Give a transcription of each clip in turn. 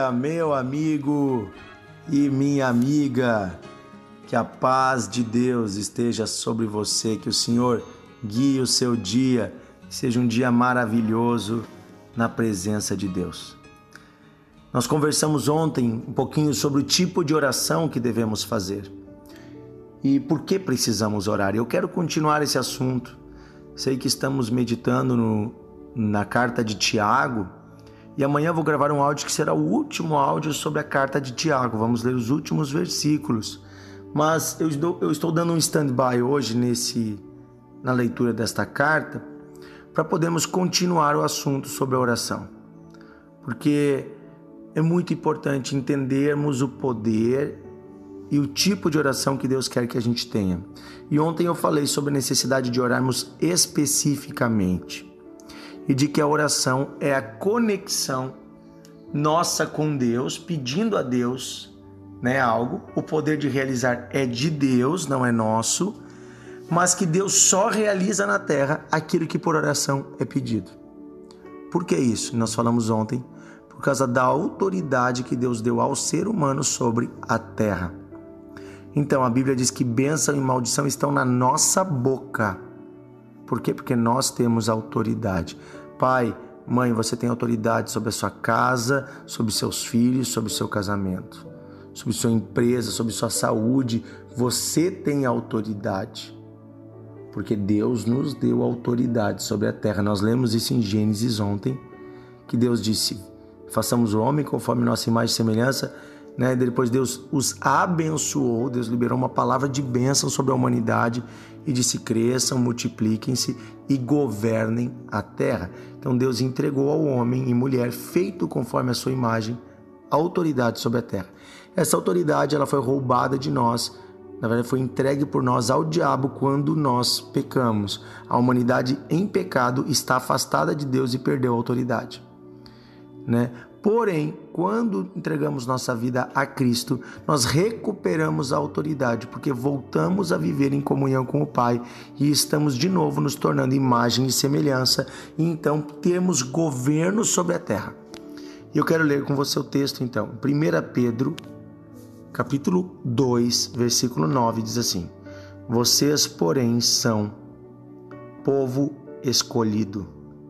dia, meu amigo e minha amiga. Que a paz de Deus esteja sobre você, que o Senhor guie o seu dia, que seja um dia maravilhoso na presença de Deus. Nós conversamos ontem um pouquinho sobre o tipo de oração que devemos fazer e por que precisamos orar. Eu quero continuar esse assunto. Sei que estamos meditando na carta de Tiago e amanhã vou gravar um áudio que será o último áudio sobre a carta de Tiago. Vamos ler os últimos versículos. Mas eu estou dando um stand-by hoje na leitura desta carta para podermos continuar o assunto sobre a oração. Porque é muito importante entendermos o poder e o tipo de oração que Deus quer que a gente tenha. E ontem eu falei sobre a necessidade de orarmos especificamente e de que a oração é a conexão nossa com Deus, pedindo a Deus algo. O poder de realizar é de Deus, não é nosso, mas que Deus só realiza na terra aquilo que por oração é pedido. Por que isso? Nós falamos ontem, por causa da autoridade que Deus deu ao ser humano sobre a terra. Então a Bíblia diz que bênção e maldição estão na nossa boca. Por quê? Porque nós temos autoridade. Pai, mãe, você tem autoridade sobre a sua casa, sobre seus filhos, sobre o seu casamento, sobre sua empresa, sobre sua saúde. Você tem autoridade, porque Deus nos deu autoridade sobre a terra. Nós lemos isso em Gênesis ontem, que Deus disse, façamos o homem conforme nossa imagem e semelhança, Depois Deus os abençoou, Deus liberou uma palavra de bênção sobre a humanidade e disse, cresçam, multipliquem-se e governem a terra. Então Deus entregou ao homem e mulher, feito conforme a sua imagem, a autoridade sobre a terra. Essa autoridade ela foi roubada de nós, na verdade foi entregue por nós ao diabo quando nós pecamos. A humanidade em pecado está afastada de Deus e perdeu a autoridade. Porém, quando entregamos nossa vida a Cristo, nós recuperamos a autoridade, porque voltamos a viver em comunhão com o Pai e estamos de novo nos tornando imagem e semelhança, e então temos governo sobre a terra. E eu quero ler com você o texto então. 1 Pedro, capítulo 2, versículo 9, diz assim: vocês, porém, são povo escolhido,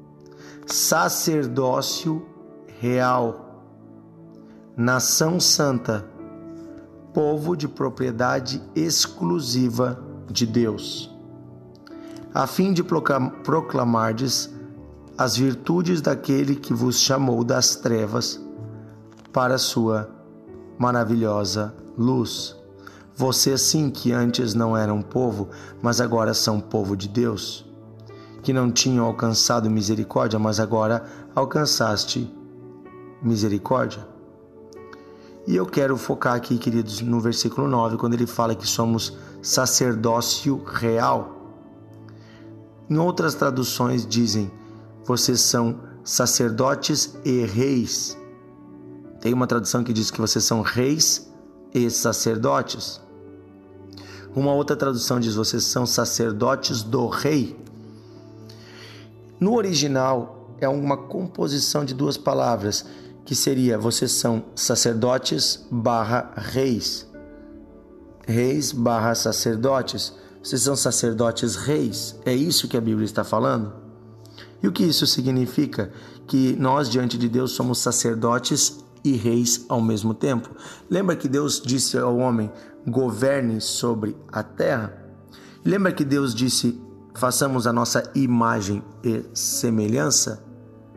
sacerdócio real, nação santa, povo de propriedade exclusiva de Deus, a fim de proclamardes as virtudes daquele que vos chamou das trevas para a sua maravilhosa luz. Vocês sim que antes não eram povo, mas agora são povo de Deus, que não tinham alcançado misericórdia, mas agora alcançaste misericórdia. E eu quero focar aqui, queridos, no versículo 9, quando ele fala que somos sacerdócio real. Em outras traduções dizem, vocês são sacerdotes e reis. Tem uma tradução que diz que vocês são reis e sacerdotes. Uma outra tradução diz, vocês são sacerdotes do rei. No original, é uma composição de duas palavras, que seria, vocês são sacerdotes / reis. Reis / sacerdotes. Vocês são sacerdotes reis. É isso que a Bíblia está falando? E o que isso significa? Que nós, diante de Deus, somos sacerdotes e reis ao mesmo tempo. Lembra que Deus disse ao homem, governe sobre a terra? Lembra que Deus disse, façamos a nossa imagem e semelhança?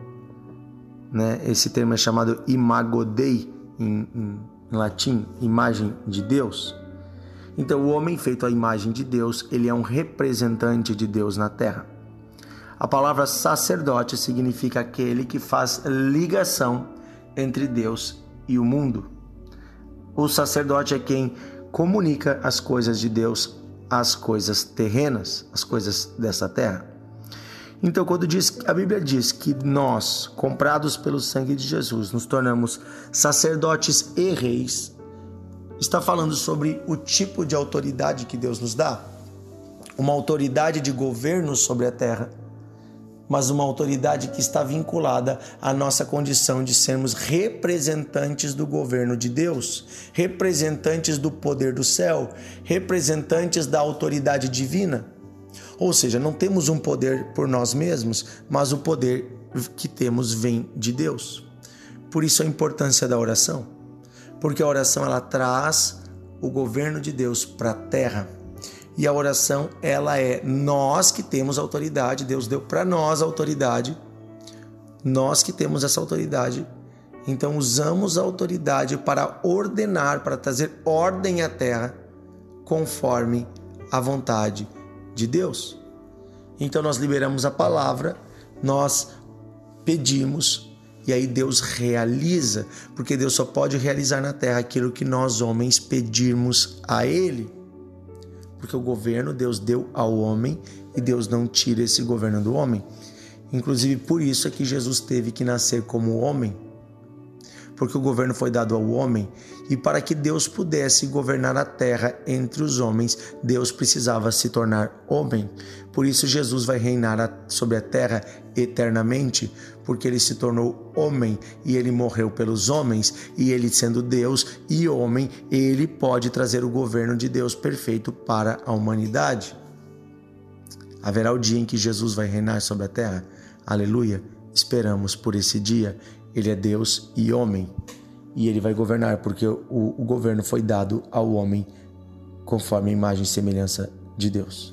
Esse termo é chamado imago Dei, em latim, imagem de Deus. Então o homem feito à imagem de Deus, ele é um representante de Deus na terra. A palavra sacerdote significa aquele que faz ligação entre Deus e o mundo. O sacerdote é quem comunica as coisas de Deus às coisas terrenas, as coisas dessa terra. Então, quando a Bíblia diz que nós, comprados pelo sangue de Jesus, nos tornamos sacerdotes e reis, está falando sobre o tipo de autoridade que Deus nos dá. Uma autoridade de governo sobre a terra, mas uma autoridade que está vinculada à nossa condição de sermos representantes do governo de Deus, representantes do poder do céu, representantes da autoridade divina. Ou seja, não temos um poder por nós mesmos, mas o poder que temos vem de Deus. Por isso a importância da oração, porque a oração ela traz o governo de Deus para a terra. E a oração, ela é nós que temos autoridade, Deus deu para nós a autoridade, nós que temos essa autoridade, então usamos a autoridade para ordenar, para trazer ordem à terra, conforme a vontade de Deus. Então nós liberamos a palavra, nós pedimos, e aí Deus realiza, porque Deus só pode realizar na terra aquilo que nós homens pedirmos a Ele. Porque o governo Deus deu ao homem e Deus não tira esse governo do homem. Inclusive por isso é que Jesus teve que nascer como homem, porque o governo foi dado ao homem, e para que Deus pudesse governar a terra entre os homens, Deus precisava se tornar homem. Por isso Jesus vai reinar sobre a terra eternamente, porque ele se tornou homem e ele morreu pelos homens, e ele sendo Deus e homem, ele pode trazer o governo de Deus perfeito para a humanidade. Haverá o dia em que Jesus vai reinar sobre a terra. Aleluia! Esperamos por esse dia. Ele é Deus e homem, e ele vai governar, porque o governo foi dado ao homem conforme a imagem e semelhança de Deus.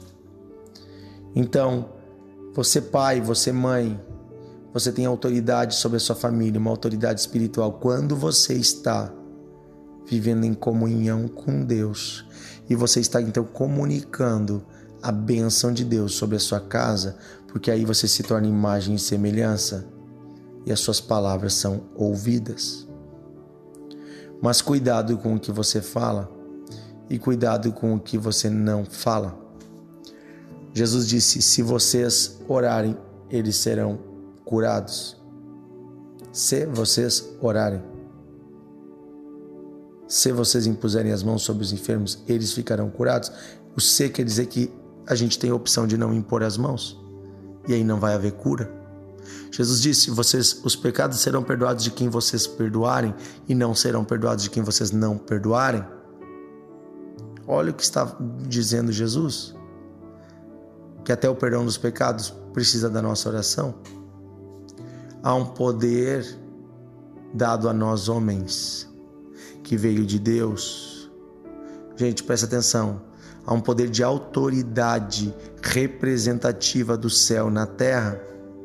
Então, você pai, você mãe, você tem autoridade sobre a sua família, uma autoridade espiritual. Quando você está vivendo em comunhão com Deus, e você está então comunicando a bênção de Deus sobre a sua casa, porque aí você se torna imagem e semelhança, e as suas palavras são ouvidas. Mas cuidado com o que você fala e cuidado com o que você não fala. Jesus disse: se vocês orarem, eles serão curados. Se vocês orarem. Se vocês impuserem as mãos sobre os enfermos, eles ficarão curados. O se quer dizer que a gente tem a opção de não impor as mãos, e aí não vai haver cura. Jesus disse: os pecados serão perdoados de quem vocês perdoarem, e não serão perdoados de quem vocês não perdoarem. Olha o que está dizendo Jesus, que até o perdão dos pecados precisa da nossa oração. Há um poder dado a nós homens, que veio de Deus. Gente, presta atenção. Há um poder de autoridade representativa do céu na terra.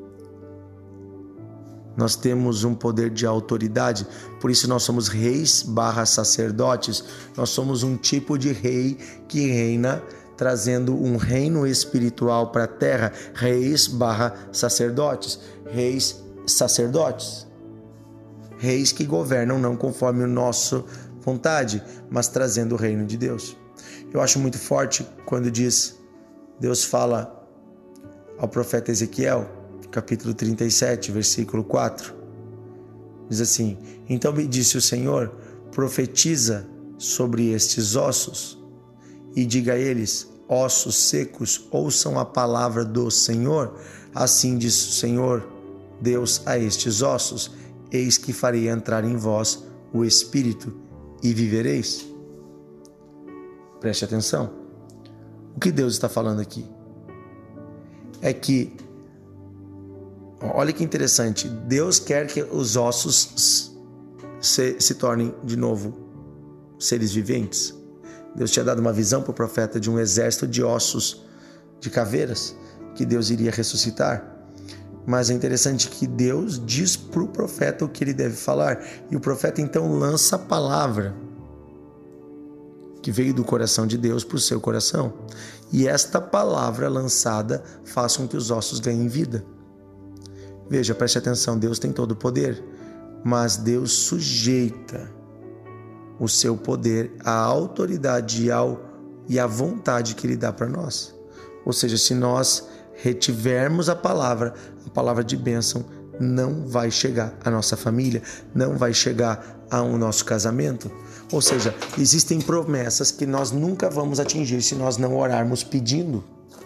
Nós temos um poder de autoridade, por isso nós somos reis / sacerdotes. Nós somos um tipo de rei que reina, trazendo um reino espiritual para a terra. Reis / sacerdotes. Reis, sacerdotes. Reis que governam não conforme a nossa vontade, mas trazendo o reino de Deus. Eu acho muito forte quando Deus fala ao profeta Ezequiel, capítulo 37, versículo 4, diz assim: então me disse o Senhor, profetiza sobre estes ossos e diga a eles: ossos secos, ouçam a palavra do Senhor. Assim diz o Senhor Deus a estes ossos: eis que farei entrar em vós o Espírito e vivereis. Preste atenção. O que Deus está falando aqui é que, olha que interessante, Deus quer que os ossos se tornem de novo seres viventes. Deus tinha dado uma visão para o profeta de um exército de ossos de caveiras que Deus iria ressuscitar. Mas é interessante que Deus diz para o profeta o que ele deve falar, e o profeta então lança a palavra que veio do coração de Deus para o seu coração, e esta palavra lançada faz com que os ossos ganhem vida. Veja, preste atenção, Deus tem todo o poder, mas Deus sujeita o seu poder à autoridade e à vontade que Ele dá para nós. Ou seja, se nós retivermos a palavra de bênção não vai chegar à nossa família, não vai chegar ao nosso casamento. Ou seja, existem promessas que nós nunca vamos atingir se nós não orarmos pedindo.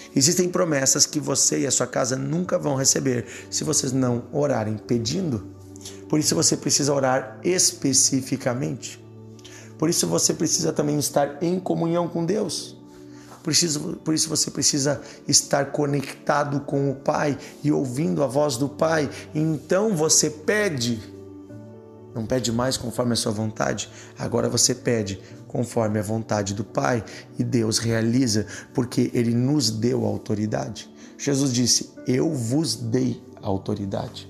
Existem promessas que você e a sua casa nunca vão receber se vocês não orarem pedindo. Por isso você precisa orar especificamente. Por isso você precisa também estar em comunhão com Deus. Por isso você precisa estar conectado com o Pai e ouvindo a voz do Pai. Então você pede. Não pede mais conforme a sua vontade. Agora você pede conforme a vontade do Pai. E Deus realiza, porque Ele nos deu a autoridade. Jesus disse: eu vos dei a autoridade.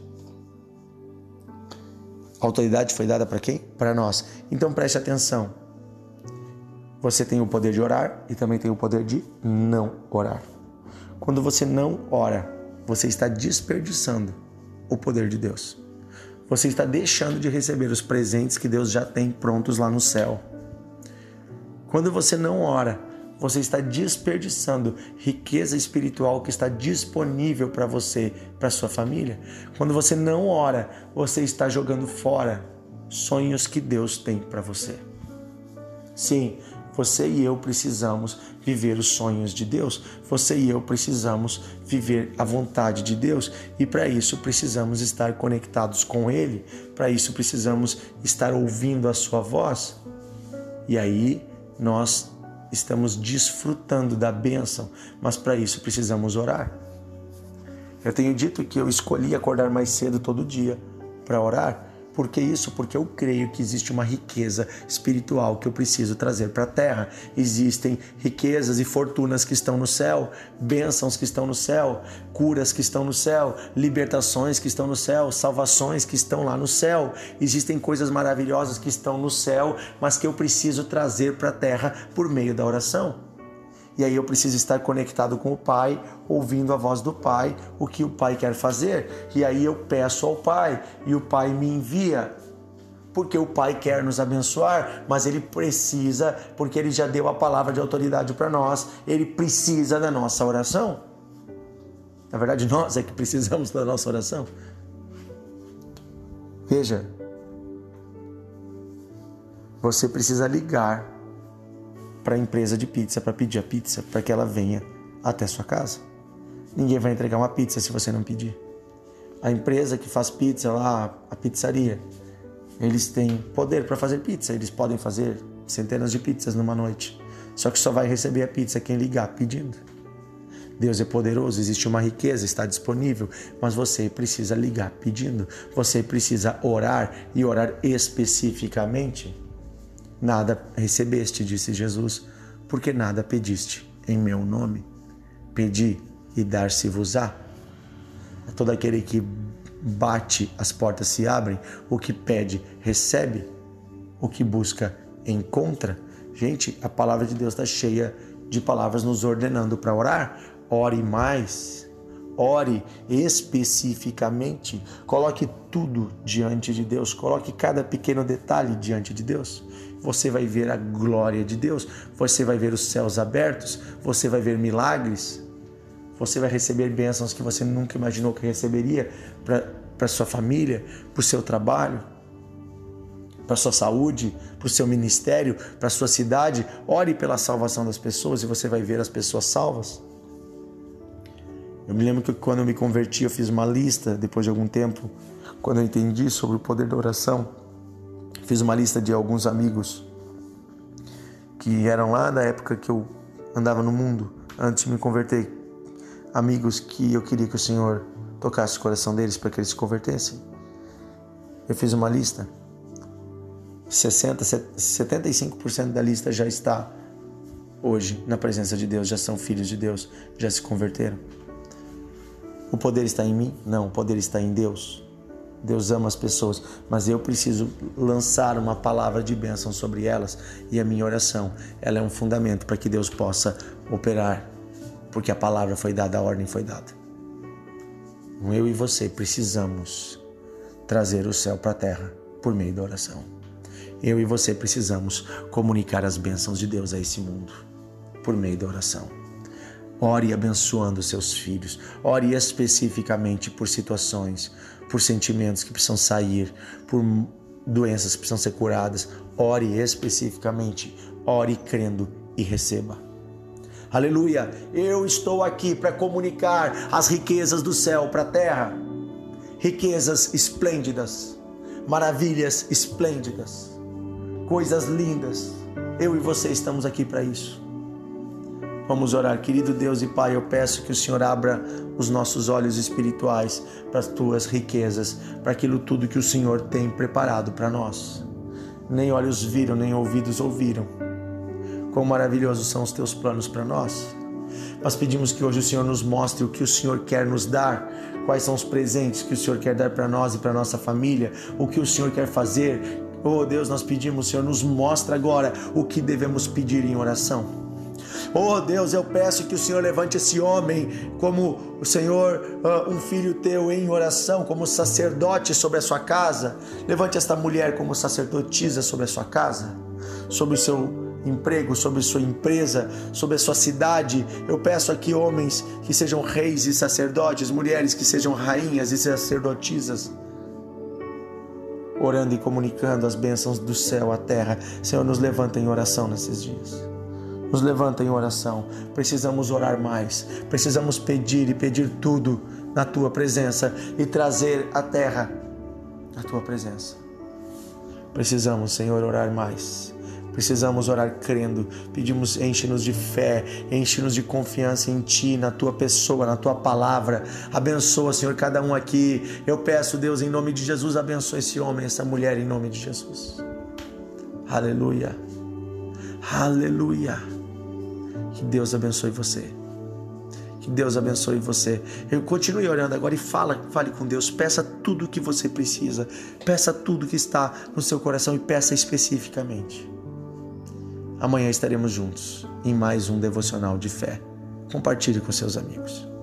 A autoridade foi dada para quem? Para nós. Então preste atenção. Você tem o poder de orar e também tem o poder de não orar. Quando você não ora, você está desperdiçando o poder de Deus. Você está deixando de receber os presentes que Deus já tem prontos lá no céu. Quando você não ora, você está desperdiçando riqueza espiritual que está disponível para você, para sua família. Quando você não ora, você está jogando fora sonhos que Deus tem para você. Sim, você e eu precisamos viver os sonhos de Deus. Você e eu precisamos viver a vontade de Deus. E para isso precisamos estar conectados com Ele. Para isso precisamos estar ouvindo a sua voz. E aí nós estamos desfrutando da bênção. Mas para isso precisamos orar. Eu tenho dito que eu escolhi acordar mais cedo todo dia para orar. Por que isso? Porque eu creio que existe uma riqueza espiritual que eu preciso trazer para a terra. Existem riquezas e fortunas que estão no céu, bênçãos que estão no céu, curas que estão no céu, libertações que estão no céu, salvações que estão lá no céu. Existem coisas maravilhosas que estão no céu, mas que eu preciso trazer para a terra por meio da oração. E aí eu preciso estar conectado com o Pai, ouvindo a voz do Pai, o que o Pai quer fazer. E aí eu peço ao Pai e o Pai me envia. Porque o Pai quer nos abençoar, mas Ele precisa, porque Ele já deu a palavra de autoridade para nós, Ele precisa da nossa oração. Na verdade, nós é que precisamos da nossa oração. Veja, você precisa ligar para a empresa de pizza, para pedir a pizza, para que ela venha até sua casa. Ninguém vai entregar uma pizza se você não pedir. A empresa que faz pizza lá, a pizzaria, eles têm poder para fazer pizza, eles podem fazer centenas de pizzas numa noite. Só que só vai receber a pizza quem ligar pedindo. Deus é poderoso, existe uma riqueza, está disponível, mas você precisa ligar pedindo. Você precisa orar e orar especificamente. Nada recebeste, disse Jesus, porque nada pediste em meu nome. Pedi e dar-se-vos-á. A todo aquele que bate, as portas se abrem. O que pede, recebe. O que busca, encontra. Gente, a palavra de Deus está cheia de palavras nos ordenando para orar. Ore mais. Ore especificamente. Coloque tudo diante de Deus. Coloque cada pequeno detalhe diante de Deus. Você vai ver a glória de Deus. Você vai ver os céus abertos. Você vai ver milagres. Você vai receber bênçãos que você nunca imaginou que receberia para sua família, para o seu trabalho, para a sua saúde, para o seu ministério, para a sua cidade. Ore pela salvação das pessoas e você vai ver as pessoas salvas. Eu me lembro que quando eu me converti, eu fiz uma lista, depois de algum tempo, quando eu entendi sobre o poder da oração, fiz uma lista de alguns amigos que eram lá da época que eu andava no mundo, antes de me converter. Amigos que eu queria que o Senhor tocasse o coração deles para que eles se convertessem. Eu fiz uma lista. 75% da lista já está hoje na presença de Deus, já são filhos de Deus, já se converteram. O poder está em mim? Não, o poder está em Deus. Deus ama as pessoas, mas eu preciso lançar uma palavra de bênção sobre elas, e a minha oração, ela é um fundamento para que Deus possa operar, porque a palavra foi dada, a ordem foi dada. Eu e você precisamos trazer o céu para a terra por meio da oração. Eu e você precisamos comunicar as bênçãos de Deus a esse mundo por meio da oração. Ore abençoando seus filhos. Ore especificamente por situações, por sentimentos que precisam sair, por doenças que precisam ser curadas. Ore especificamente. Ore crendo e receba. Aleluia. Eu estou aqui para comunicar as riquezas do céu para a terra. Riquezas esplêndidas, maravilhas esplêndidas, coisas lindas. Eu e você estamos aqui para isso. Vamos orar. Querido Deus e Pai, eu peço que o Senhor abra os nossos olhos espirituais para as tuas riquezas, para aquilo tudo que o Senhor tem preparado para nós. Nem olhos viram, nem ouvidos ouviram. Quão maravilhosos são os teus planos para nós. Nós pedimos que hoje o Senhor nos mostre o que o Senhor quer nos dar, quais são os presentes que o Senhor quer dar para nós e para nossa família, o que o Senhor quer fazer. Oh Deus, nós pedimos, Senhor, nos mostra agora o que devemos pedir em oração. Oh Deus, eu peço que o Senhor levante esse homem como o Senhor, um filho teu em oração, como sacerdote sobre a sua casa. Levante esta mulher como sacerdotisa sobre a sua casa, sobre o seu emprego, sobre sua empresa, sobre a sua cidade. Eu peço aqui homens que sejam reis e sacerdotes, mulheres que sejam rainhas e sacerdotisas, orando e comunicando as bênçãos do céu à terra. Senhor, nos levanta em oração nesses dias. Nos levanta em oração. Precisamos orar mais. Precisamos pedir e pedir tudo na Tua presença e trazer à terra a Tua presença. Precisamos, Senhor, orar mais. Precisamos orar crendo. Pedimos, enche-nos de fé, enche-nos de confiança em Ti, na Tua pessoa, na Tua palavra. Abençoa, Senhor, cada um aqui. Eu peço, Deus, em nome de Jesus, abençoa esse homem, essa mulher, em nome de Jesus. Aleluia. Aleluia. Que Deus abençoe você. Que Deus abençoe você. Eu continue orando agora e fale com Deus. Peça tudo o que você precisa. Peça tudo que está no seu coração e peça especificamente. Amanhã estaremos juntos em mais um devocional de fé. Compartilhe com seus amigos.